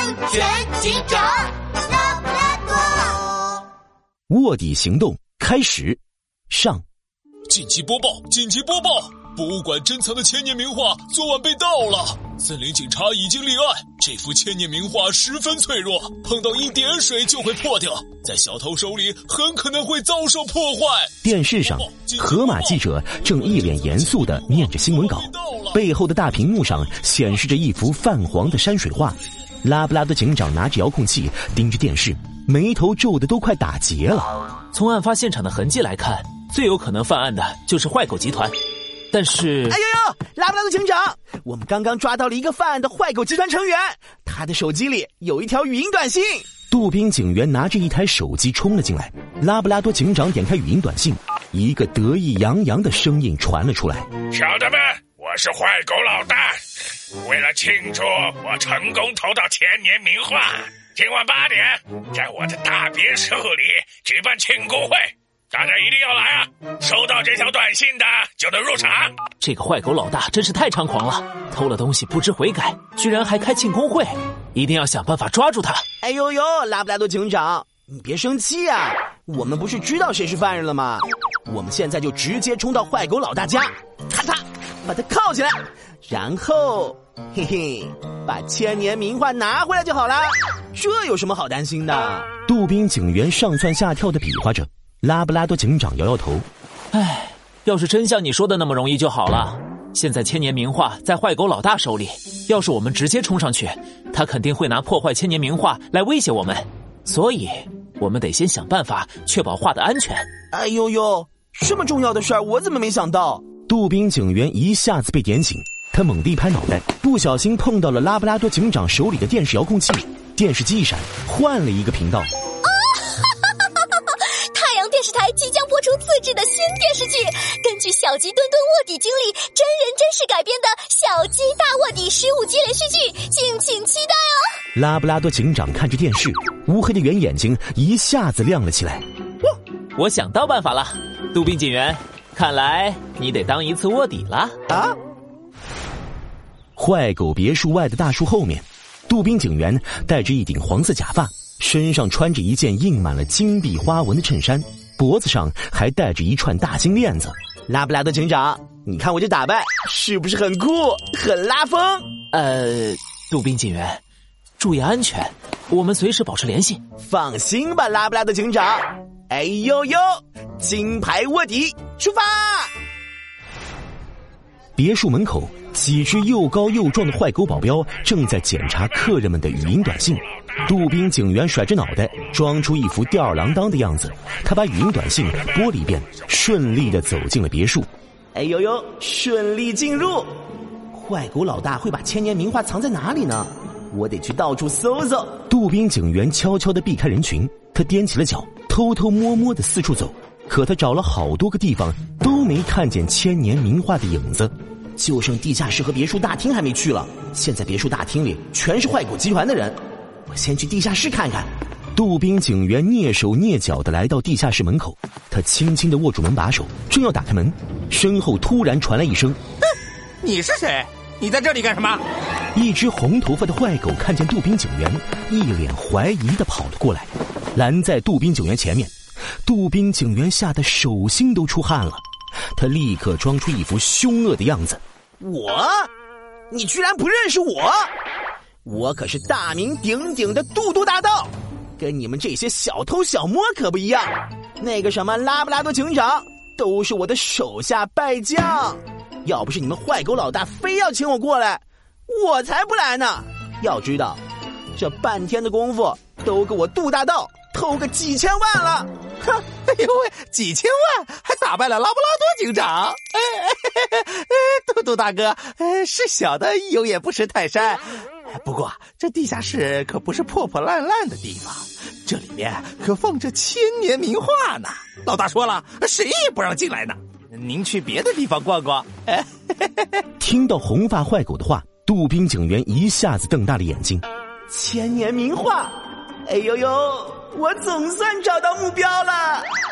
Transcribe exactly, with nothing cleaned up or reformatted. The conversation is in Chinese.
安全警长拉布拉多。 卧底行动开始。上。 紧急播报！紧急播报！博物馆珍藏的千年名画昨晚被盗了，森林警察已经立案。这幅千年名画十分脆弱，碰到一点水就会破掉，在小偷手里很可能会遭受破坏。 电视上，河马记者正一脸严肃地念着新闻稿，背后的大屏幕上显示着一幅泛黄的山水画。拉布拉多警长拿着遥控器盯着电视，眉头皱得都快打结了。 从案发现场的痕迹来看，最有可能犯案的就是坏狗集团。但是， 哎呦呦，拉布拉多警长，我们刚刚抓到了一个犯案的坏狗集团成员，他的手机里有一条语音短信。 杜宾警员拿着一台手机冲了进来，拉布拉多警长点开语音短信，一个得意洋洋的声音传了出来： 小的们，我是坏狗老大，为了庆祝我成功偷到千年名画，今晚八点在我的大别墅里举办庆功会，大家一定要来啊！收到这条短信的就能入场。 这个坏狗老大真是太猖狂了，偷了东西不知悔改，居然还开庆功会，一定要想办法抓住他。 哎呦呦，拉布拉多警长，你别生气啊，我们不是知道谁是犯人了吗？我们现在就直接冲到坏狗老大家，咔嚓把他铐起来，然后嘿嘿把千年名画拿回来就好了，这有什么好担心的？ 杜宾警员上蹿下跳地比划着，拉布拉多警长摇摇头， 唉，要是真像你说的那么容易就好了。现在千年名画在坏狗老大手里，要是我们直接冲上去，他肯定会拿破坏千年名画来威胁我们，所以我们得先想办法确保画的安全。 哎呦呦，这么重要的事儿我怎么没想到？ 杜宾警员一下子被点醒，他猛地一拍脑袋，不小心碰到了拉布拉多警长手里的电视遥控器，电视机一闪，换了一个频道。 电视台即将播出自制的新电视剧，根据小鸡墩墩卧底经历真人真事改编的小鸡大卧底十五集连续剧，敬请期待哦。 拉布拉多警长看着电视，乌黑的圆眼睛一下子亮了起来。 我想到办法了，杜宾警员，看来你得当一次卧底了啊！ 坏狗别墅外的大树后面，杜宾警员戴着一顶黄色假发，身上穿着一件印满了金碧花纹的衬衫，脖子上还戴着一串大金链子。 拉布拉多警长，你看我这打扮是不是很酷很拉风？ 呃，杜宾警员，注意安全，我们随时保持联系。 放心吧，拉布拉多警长。哎呦呦，金牌卧底出发！ 别墅门口，几只又高又壮的坏狗保镖正在检查客人们的语音短信。杜宾警员甩着脑袋，装出一副吊儿郎当的样子，他把语音短信播了一遍，顺利地走进了别墅。 哎呦呦，顺利进入。坏狗老大会把千年名画藏在哪里呢？我得去到处搜搜。 杜宾警员悄悄地避开人群，他踮起了脚，偷偷摸摸地四处走，可他找了好多个地方都没看见千年名画的影子， 就剩地下室和别墅大厅还没去了。现在别墅大厅里全是坏狗集团的人，我先去地下室看看。 杜宾警员蹑手蹑脚地来到地下室门口，他轻轻地握住门把手，正要打开门，身后突然传来一声： 你是谁？你在这里干什么？ 一只红头发的坏狗看见杜宾警员，一脸怀疑地跑了过来，拦在杜宾警员前面。杜宾警员吓得手心都出汗了，他立刻装出一副凶恶的样子： 我？你居然不认识我？我可是大名鼎鼎的杜杜大盗，跟你们这些小偷小摸可不一样。那个什么拉布拉多警长都是我的手下败将，要不是你们坏狗老大非要请我过来，我才不来呢。要知道这半天的功夫都给我杜大盗偷个几千万了。 哼，哎呦喂，几千万还打败了拉布拉多警长。哎哎哎，杜杜大哥，哎，是小的有眼不识泰山。不过这地下室可不是破破烂烂的地方，这里面可放着千年名画呢。老大说了，谁也不让进来呢。您去别的地方逛逛。哎， 听到红发坏狗的话，杜宾警员一下子瞪大了眼睛。 千年名画，哎呦呦，我总算找到目标了。